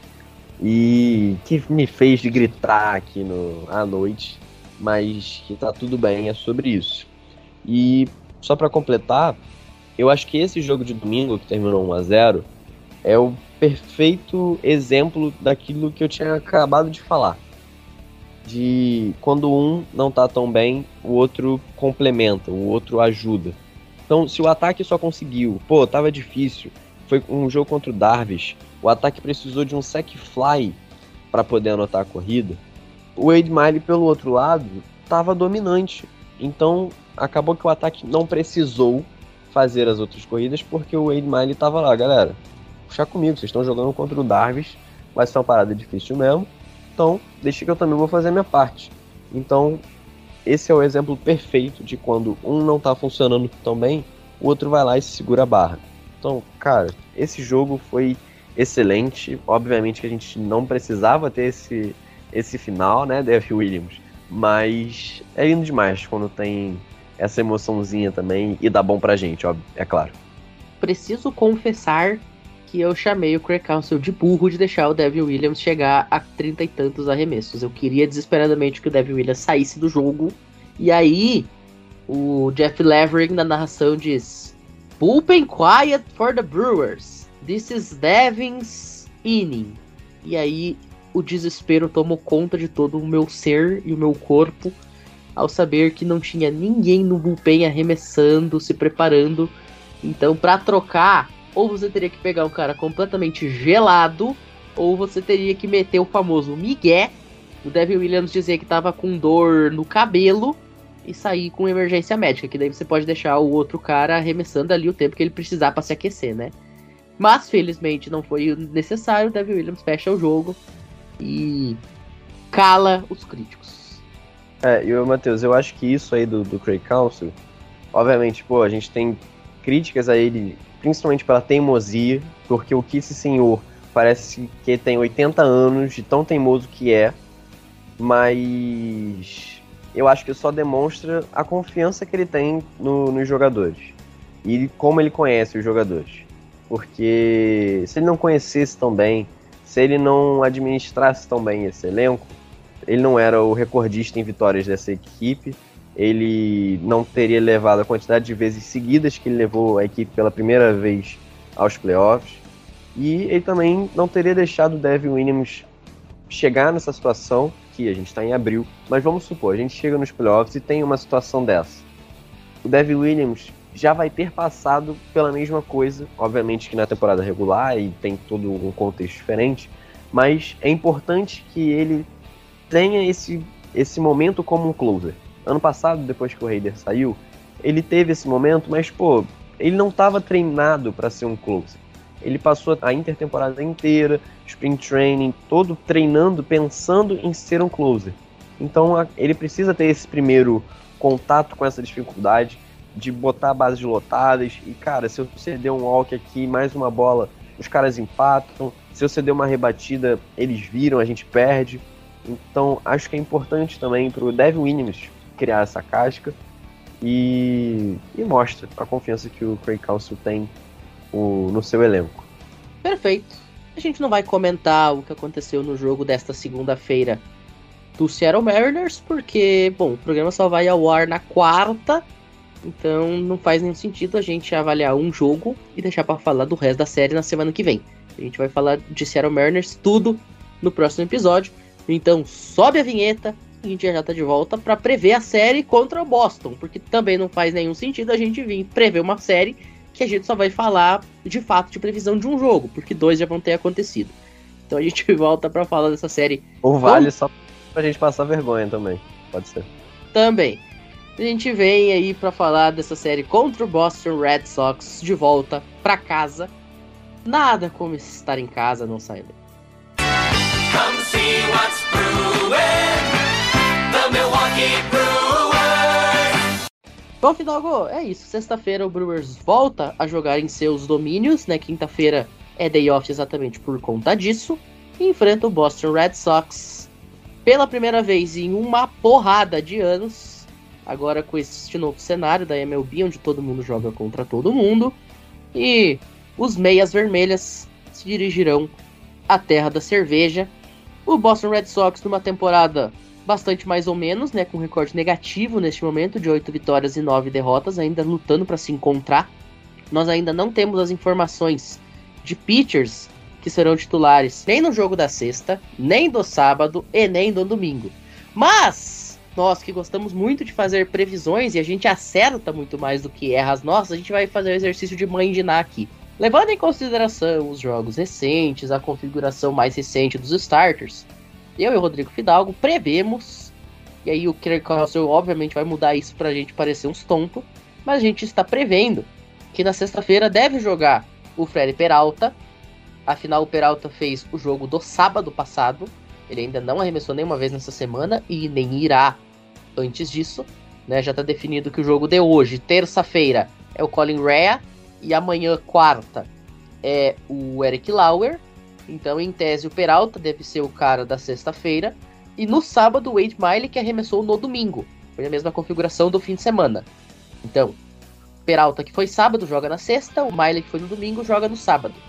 E que me fez de gritar aqui à noite. Mas que tá tudo bem, é sobre isso. E só pra completar, eu acho que esse jogo de domingo, que terminou 1-0, é o perfeito exemplo daquilo que eu tinha acabado de falar. De quando um não tá tão bem, o outro complementa, o outro ajuda. Então, se o ataque só conseguiu, pô, tava difícil, foi um jogo contra o Darvish, o ataque precisou de um sack fly para poder anotar a corrida, o Wade Miley, pelo outro lado, tava dominante. Então, acabou que o ataque não precisou fazer as outras corridas, porque o Wade Miley tava lá, galera, puxa comigo, vocês estão jogando contra o Darvish, vai ser uma parada difícil mesmo, então deixa que eu também vou fazer a minha parte. Então, esse é o exemplo perfeito de quando um não tá funcionando tão bem, o outro vai lá e se segura a barra. Então, cara, esse jogo foi excelente. Obviamente que a gente não precisava ter esse final, né, Devin Williams, mas é lindo demais quando tem essa emoçãozinha também e dá bom pra gente, óbvio, é claro. Preciso confessar que eu chamei o Craig Counsell de burro de deixar o Devin Williams chegar a 30 e tantos arremessos. Eu queria desesperadamente que o Devin Williams saísse do jogo. E aí, o Jeff Levering na narração diz: "Bullpen quiet for the Brewers. This is Devin's inning." E aí, o desespero tomou conta de todo o meu ser e o meu corpo ao saber que não tinha ninguém no bullpen arremessando, se preparando. Então, pra trocar, ou você teria que pegar um cara completamente gelado, ou você teria que meter o famoso migué, o Devin Williams dizer que tava com dor no cabelo e sair com emergência médica, que daí você pode deixar o outro cara arremessando ali o tempo que ele precisar pra se aquecer, né? Mas, felizmente, não foi necessário, o Devin Williams fecha o jogo e cala os críticos. E o Matheus, eu acho que isso aí do Craig Counsell, obviamente, a gente tem críticas a ele, principalmente pela teimosia, porque esse senhor parece que tem 80 anos, de tão teimoso que é, mas eu acho que só demonstra a confiança que ele tem nos jogadores e como ele conhece os jogadores. Porque se ele não conhecesse tão bem, se ele não administrasse tão bem esse elenco, ele não era o recordista em vitórias dessa equipe, ele não teria levado a quantidade de vezes seguidas que ele levou a equipe pela primeira vez aos playoffs, e ele também não teria deixado o Devin Williams chegar nessa situação, que a gente está em abril, mas vamos supor, a gente chega nos playoffs e tem uma situação dessa. O Devin Williams já vai ter passado pela mesma coisa, obviamente que na temporada regular e tem todo um contexto diferente, mas é importante que ele tenha esse momento como um closer. Ano passado, depois que o Hader saiu, ele teve esse momento, mas ele não estava treinado para ser um closer. Ele passou a intertemporada inteira, spring training, todo treinando, pensando em ser um closer. Então ele precisa ter esse primeiro contato com essa dificuldade de botar bases lotadas. E cara, se você der um walk aqui, mais uma bola, os caras empatam. Se você der uma rebatida, eles viram, a gente perde. Então acho que é importante também para o Devin Williams criar essa casca e mostra a confiança que o Craig Counsell tem no seu elenco. Perfeito. A gente não vai comentar o que aconteceu no jogo desta segunda-feira do Seattle Mariners, porque, o programa só vai ao ar na quarta, então não faz nenhum sentido a gente avaliar um jogo e deixar para falar do resto da série na semana que vem. A gente vai falar de Seattle Mariners tudo no próximo episódio, então sobe a vinheta. A gente já tá de volta para prever a série contra o Boston, porque também não faz nenhum sentido a gente vir prever uma série que a gente só vai falar de fato de previsão de um jogo, porque 2 já vão ter acontecido. Então a gente volta para falar dessa série. Ou vale só pra gente passar vergonha também, pode ser. Também. A gente vem aí para falar dessa série contra o Boston Red Sox de volta para casa. Nada como estar em casa, não sai daí. Come see what's brewing. The Milwaukee Brewers. Bom, Fidalgo, é isso. Sexta-feira o Brewers volta a jogar em seus domínios, né? Quinta-feira é day off exatamente por conta disso. E enfrenta o Boston Red Sox pela primeira vez em uma porrada de anos. Agora com este novo cenário da MLB, onde todo mundo joga contra todo mundo. E os meias vermelhas se dirigirão à terra da cerveja. O Boston Red Sox numa temporada bastante mais ou menos, né, com um recorde negativo neste momento, de 8 vitórias e 9 derrotas, ainda lutando para se encontrar. Nós ainda não temos as informações de pitchers que serão titulares nem no jogo da sexta, nem do sábado e nem do domingo. Mas nós que gostamos muito de fazer previsões e a gente acerta muito mais do que erra as nossas, a gente vai fazer o exercício de mãe de Ná aqui. Levando em consideração os jogos recentes, a configuração mais recente dos starters, eu e o Rodrigo Fidalgo prevemos, e aí o Craig Counsell obviamente vai mudar isso pra gente parecer uns tontos, mas a gente está prevendo que na sexta-feira deve jogar o Freddy Peralta. Afinal, o Peralta fez o jogo do sábado passado, ele ainda não arremessou nenhuma vez nessa semana e nem irá antes disso, né? Já está definido que o jogo de hoje, terça-feira, é o Colin Rea, e amanhã, quarta, é o Eric Lauer. Então, em tese, o Peralta deve ser o cara da sexta-feira. E no sábado, o Wade Miley, que arremessou no domingo. Foi a mesma configuração do fim de semana. Então, Peralta, que foi sábado, joga na sexta. O Miley, que foi no domingo, joga no sábado.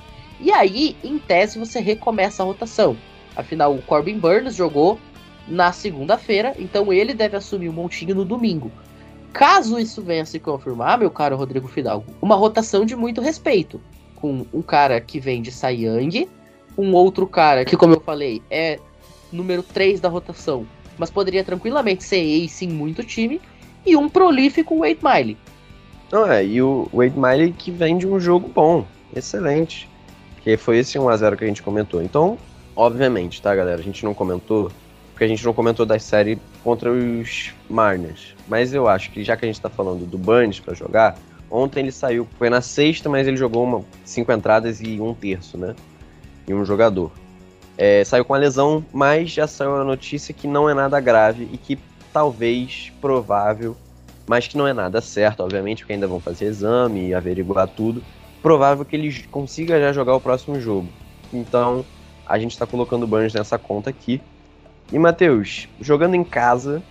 E aí, em tese, você recomeça a rotação. Afinal, o Corbin Burns jogou na segunda-feira, então ele deve assumir o montinho no domingo. Caso isso venha a se confirmar, meu caro Rodrigo Fidalgo, uma rotação de muito respeito. Com um cara que vem de Cy Young, um outro cara que, como eu falei, é número 3 da rotação, mas poderia tranquilamente ser ace em muito time, e um prolífico Wade Miley. E o Wade Miley que vem de um jogo bom, excelente. Que foi esse 1-0 que a gente comentou. Então, obviamente, tá, galera? A gente não comentou, porque a gente não comentou da série contra os Mariners. Mas eu acho que, já que a gente tá falando do Burns pra jogar, ontem ele saiu, foi na sexta, mas ele jogou 5 entradas e 1/3, né? E um jogador. Saiu com a lesão, mas já saiu a notícia que não é nada grave e que talvez, provável, mas que não é nada certo, obviamente, porque ainda vão fazer exame e averiguar tudo. Provável que ele consiga já jogar o próximo jogo. Então, a gente tá colocando o Burns nessa conta aqui. E, Matheus, jogando em casa,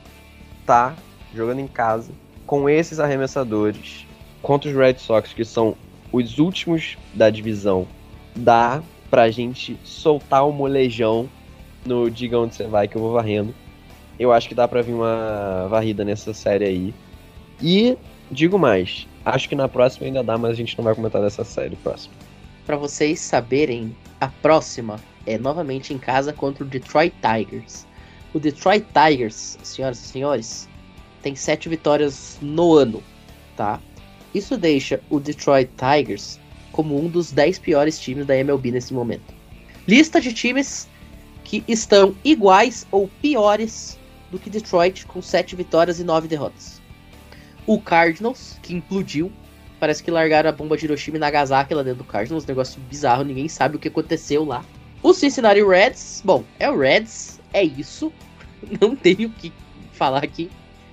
com esses arremessadores, contra os Red Sox, que são os últimos da divisão, dá pra gente soltar o molejão no Diga Onde Você Vai, que eu vou varrendo. Eu acho que dá pra vir uma varrida nessa série aí. E, digo mais, acho que na próxima ainda dá, mas a gente não vai comentar dessa série próxima. Pra vocês saberem, a próxima é novamente em casa contra o Detroit Tigers. O Detroit Tigers, senhoras e senhores, tem 7 vitórias no ano, tá? Isso deixa o Detroit Tigers como um dos 10 piores times da MLB nesse momento. Lista de times que estão iguais ou piores do que Detroit, com 7 vitórias e 9 derrotas. O Cardinals, que implodiu, parece que largaram a bomba de Hiroshima e Nagasaki lá dentro do Cardinals, um negócio bizarro, ninguém sabe o que aconteceu lá. O Cincinnati Reds, bom, é o Reds, é isso, não tenho o que falar aqui.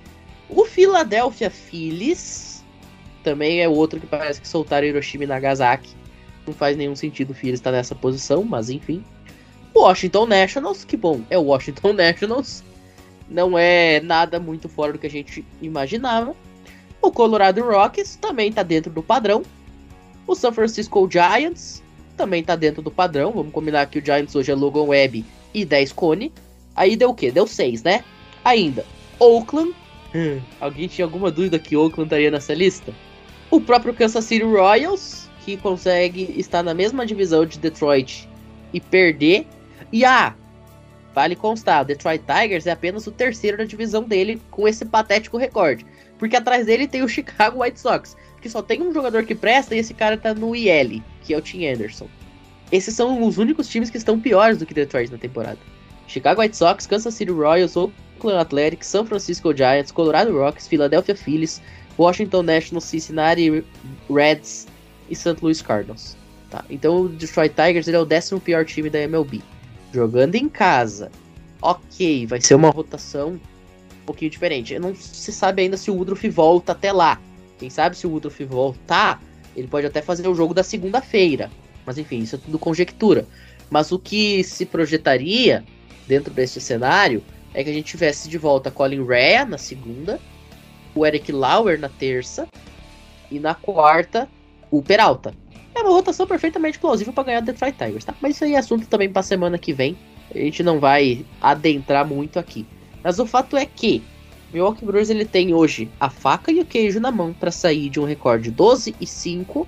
O Philadelphia Phillies, também é outro que parece que soltaram Hiroshima e Nagasaki, não faz nenhum sentido o Phillies estar nessa posição, mas enfim. O Washington Nationals, que bom, é o Washington Nationals, não é nada muito fora do que a gente imaginava. O Colorado Rockies também está dentro do padrão. O San Francisco Giants também está dentro do padrão. Vamos combinar que o Giants hoje é Logan Webb e 10 Cone. Aí deu o quê? Deu 6, né? Ainda, Oakland. Alguém tinha alguma dúvida que Oakland estaria nessa lista? O próprio Kansas City Royals, que consegue estar na mesma divisão de Detroit e perder. E vale constar, o Detroit Tigers é apenas o terceiro da divisão dele com esse patético recorde. Porque atrás dele tem o Chicago White Sox, que só tem um jogador que presta e esse cara tá no IL, que é o Tim Anderson. Esses são os únicos times que estão piores do que Detroit na temporada. Chicago White Sox, Kansas City Royals, Oakland Athletics, San Francisco Giants, Colorado Rockies, Philadelphia Phillies, Washington Nationals, Cincinnati Reds e St. Louis Cardinals. Tá? Então o Detroit Tigers ele é o 10º pior time da MLB. Jogando em casa, ok, vai ser uma rotação um pouquinho diferente. Não se sabe ainda se o Woodruff volta até lá. Quem sabe se o Woodruff voltar, ele pode até fazer o jogo da segunda-feira. Mas enfim, isso é tudo conjectura. Mas o que se projetaria dentro desse cenário é que a gente tivesse de volta Colin Rea na segunda, o Eric Lauer na terça e na quarta o Peralta. É uma rotação perfeitamente plausível para ganhar o Detroit Tigers, tá? Mas isso aí é assunto também para semana que vem. A gente não vai adentrar muito aqui. Mas o fato é que o Milwaukee Brewers ele tem hoje a faca e o queijo na mão para sair de um recorde 12-5.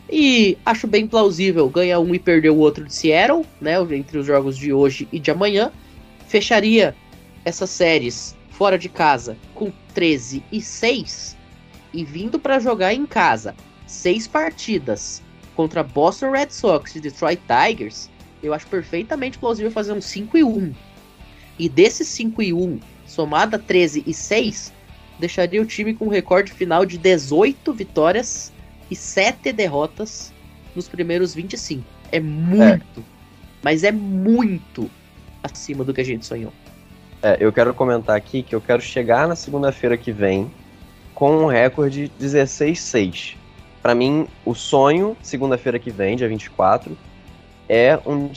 E acho bem plausível ganhar um e perder o outro de Seattle, né? Entre os jogos de hoje e de amanhã. Fecharia essas séries fora de casa com 13-6. E vindo para jogar em casa 6 partidas contra Boston Red Sox e Detroit Tigers, eu acho perfeitamente plausível fazer um 5-1. E desses 5-1, somado a 13-6, deixaria o time com um recorde final de 18 vitórias e 7 derrotas nos primeiros 25. É muito, mas é muito acima do que a gente sonhou. Eu quero comentar aqui que eu quero chegar na segunda-feira que vem com um recorde 16-6. Pra mim, o sonho, segunda-feira que vem, dia 24, é um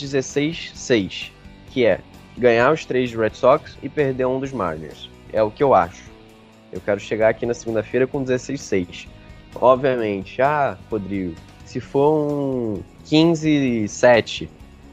16-6, que é ganhar os 3 Red Sox e perder um dos Mariners. É o que eu acho. Eu quero chegar aqui na segunda-feira com 16-6. Obviamente, Rodrigo, se for um 15-7,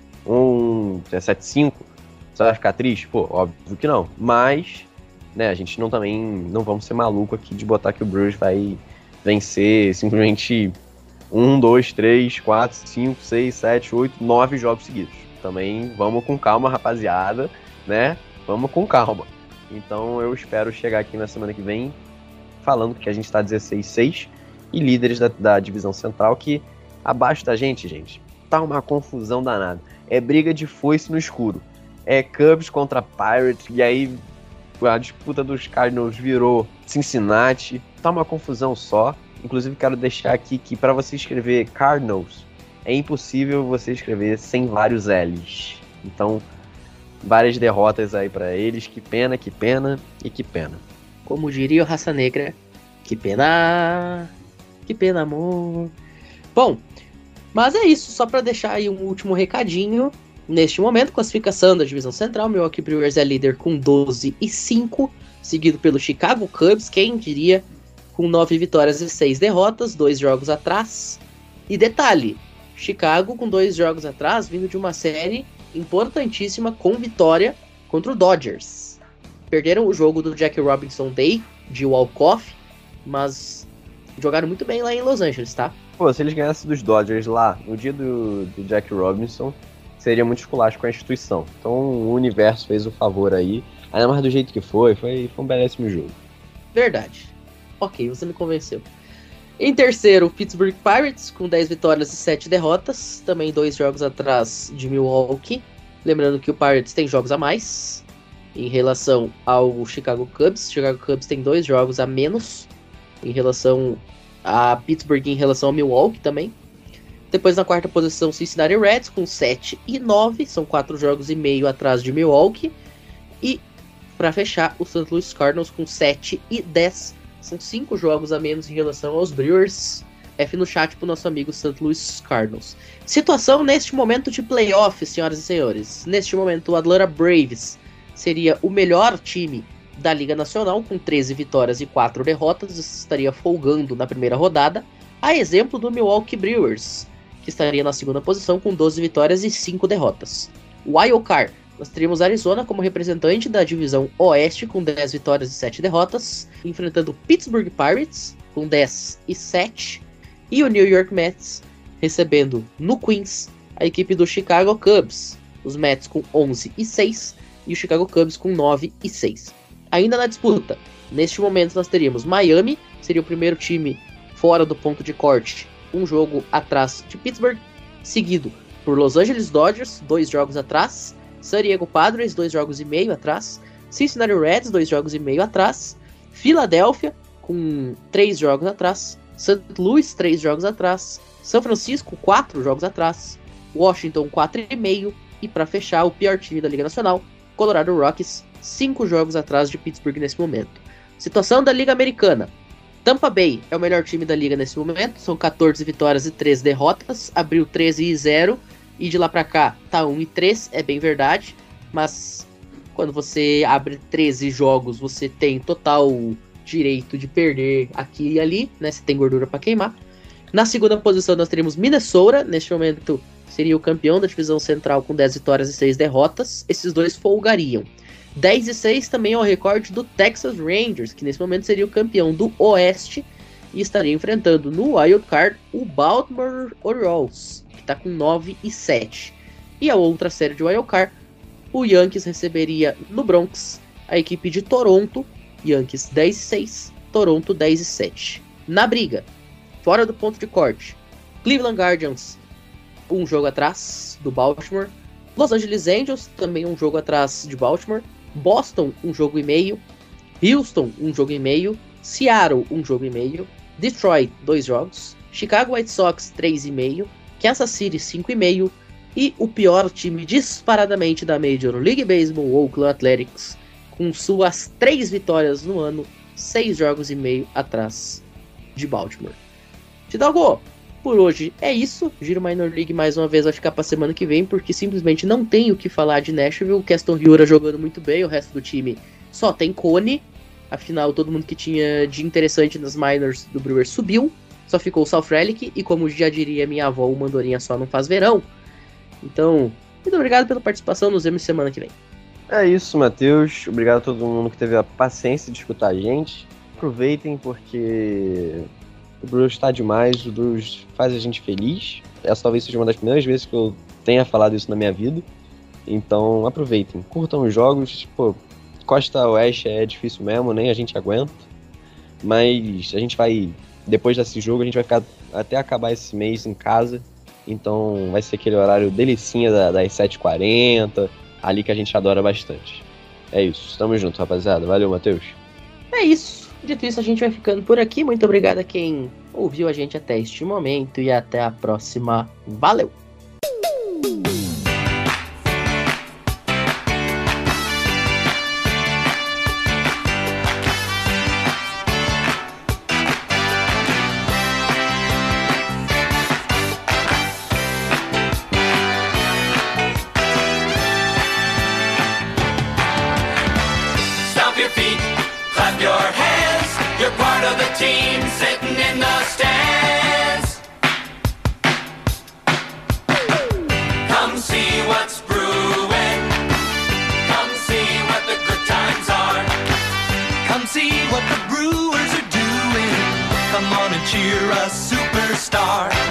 um 17-5, você vai ficar triste? Pô, óbvio que não. Mas, né, a gente também não vamos ser maluco aqui de botar que o Brewers vai vencer simplesmente 1, 2, 3, 4, 5, 6, 7, 8, 9 jogos seguidos. Também vamos com calma, rapaziada, né? Vamos com calma. Então eu espero chegar aqui na semana que vem falando que a gente tá 16-6 e líderes da divisão central, que abaixo da gente, tá uma confusão danada. É briga de foice no escuro. É Cubs contra Pirates, e aí a disputa dos Cardinals virou Cincinnati. Tá uma confusão só. Inclusive quero deixar aqui que para você escrever Cardinals, é impossível você escrever sem vários L's. Então, várias derrotas aí para eles. Que pena e que pena. Como diria o Raça Negra, que pena, amor. Bom, mas é isso, só para deixar aí um último recadinho. Neste momento, classificação da divisão central, Milwaukee Brewers é líder com 12-5, seguido pelo Chicago Cubs, quem diria, com 9 vitórias e 6 derrotas, 2 jogos atrás. E detalhe, Chicago com 2 jogos atrás, vindo de uma série importantíssima com vitória contra o Dodgers. Perderam o jogo do Jackie Robinson Day, de walk-off, mas jogaram muito bem lá em Los Angeles, tá? Pô, se eles ganhassem dos Dodgers lá, no dia do Jackie Robinson, seria muito esculacho com a instituição. Então o universo fez o favor aí, ainda mais do jeito que foi um belíssimo jogo. Verdade. Ok, você me convenceu. Em terceiro, Pittsburgh Pirates, com 10 vitórias e 7 derrotas, também 2 jogos atrás de Milwaukee. Lembrando que o Pirates tem jogos a mais em relação ao Chicago Cubs. Chicago Cubs tem 2 jogos a menos em relação a Pittsburgh e em relação ao Milwaukee também. Depois na quarta posição, Cincinnati Reds com 7-9, são 4 jogos e meio atrás de Milwaukee. E para fechar, o St. Louis Cardinals com 7-10, são 5 jogos a menos em relação aos Brewers. F no chat pro nosso amigo St. Louis Cardinals. Situação neste momento de playoff, senhoras e senhores. Neste momento, o Atlanta Braves seria o melhor time da Liga Nacional, com 13 vitórias e 4 derrotas, estaria folgando na primeira rodada, a exemplo do Milwaukee Brewers, que estaria na segunda posição com 12 vitórias e 5 derrotas. Wild Card, nós teríamos Arizona como representante da divisão Oeste com 10 vitórias e 7 derrotas, enfrentando o Pittsburgh Pirates com 10 e 7, e o New York Mets recebendo no Queens a equipe do Chicago Cubs, os Mets com 11 e 6 e o Chicago Cubs com 9 e 6. Ainda na disputa, neste momento nós teríamos Miami, seria o primeiro time fora do ponto de corte, um jogo atrás de Pittsburgh, seguido por Los Angeles Dodgers, 2 jogos atrás, San Diego Padres, 2 jogos e meio atrás, Cincinnati Reds, 2 jogos e meio atrás, Filadélfia, com 3 jogos atrás, St. Louis, 3 jogos atrás, São Francisco, 4 jogos atrás, Washington, 4,5, e para fechar, o pior time da Liga Nacional, Colorado Rockies, 5 jogos atrás de Pittsburgh nesse momento. Situação da Liga Americana. Tampa Bay é o melhor time da liga nesse momento, são 14 vitórias e 3 derrotas, abriu 13-0 e de lá pra cá tá 1-3, é bem verdade, mas quando você abre 13 jogos você tem total direito de perder aqui e ali, né, você tem gordura pra queimar. Na segunda posição nós teríamos Minnesota, neste momento seria o campeão da divisão central com 10 vitórias e 6 derrotas, esses dois folgariam. 10-6 também é o recorde do Texas Rangers, que nesse momento seria o campeão do Oeste e estaria enfrentando no Wild Card o Baltimore Orioles, que está com 9-7. E a outra série de Wild Card, o Yankees receberia no Bronx a equipe de Toronto, Yankees 10-6, Toronto 10-7. Na briga, fora do ponto de corte, Cleveland Guardians, um jogo atrás do Baltimore, Los Angeles Angels, também um jogo atrás de Baltimore, Boston, um jogo e meio, Houston, um jogo e meio, Seattle, um jogo e meio, Detroit, 2 jogos, Chicago White Sox, 3,5, Kansas City, 5,5, e o pior time disparadamente da Major League Baseball, o Oakland Athletics, com suas 3 vitórias no ano, 6 jogos e meio atrás de Baltimore. Fidalgo, por hoje é isso. Giro Minor League mais uma vez vai ficar para semana que vem, porque simplesmente não tem o que falar de Nashville. O Keston Hiura jogando muito bem, o resto do time só tem cone. Afinal, todo mundo que tinha de interessante nas minors do Brewers subiu. Só ficou o South Relic, e como já diria minha avó, uma andorinha só não faz verão. Então, muito obrigado pela participação, nos vemos semana que vem. É isso, Matheus. Obrigado a todo mundo que teve a paciência de escutar a gente. Aproveitem, porque o Brewers está demais, o Brewers faz a gente feliz. Essa talvez seja uma das primeiras vezes que eu tenha falado isso na minha vida. Então, aproveitem, curtam os jogos. Pô, Costa Oeste é difícil mesmo, nem a gente aguenta. Mas a gente vai, depois desse jogo, a gente vai ficar até acabar esse mês em casa. Então vai ser aquele horário delicinha das 7h40, ali que a gente adora bastante. É isso, tamo junto, rapaziada. Valeu, Matheus. É isso. Dito isso, a gente vai ficando por aqui. Muito obrigado a quem ouviu a gente até este momento e até a próxima. Valeu! Stomp your feet, clap your hands. You're part of the team sitting in the stands. Come see what's brewing. Come see what the good times are. Come see what the Brewers are doing. Come on and cheer a superstar.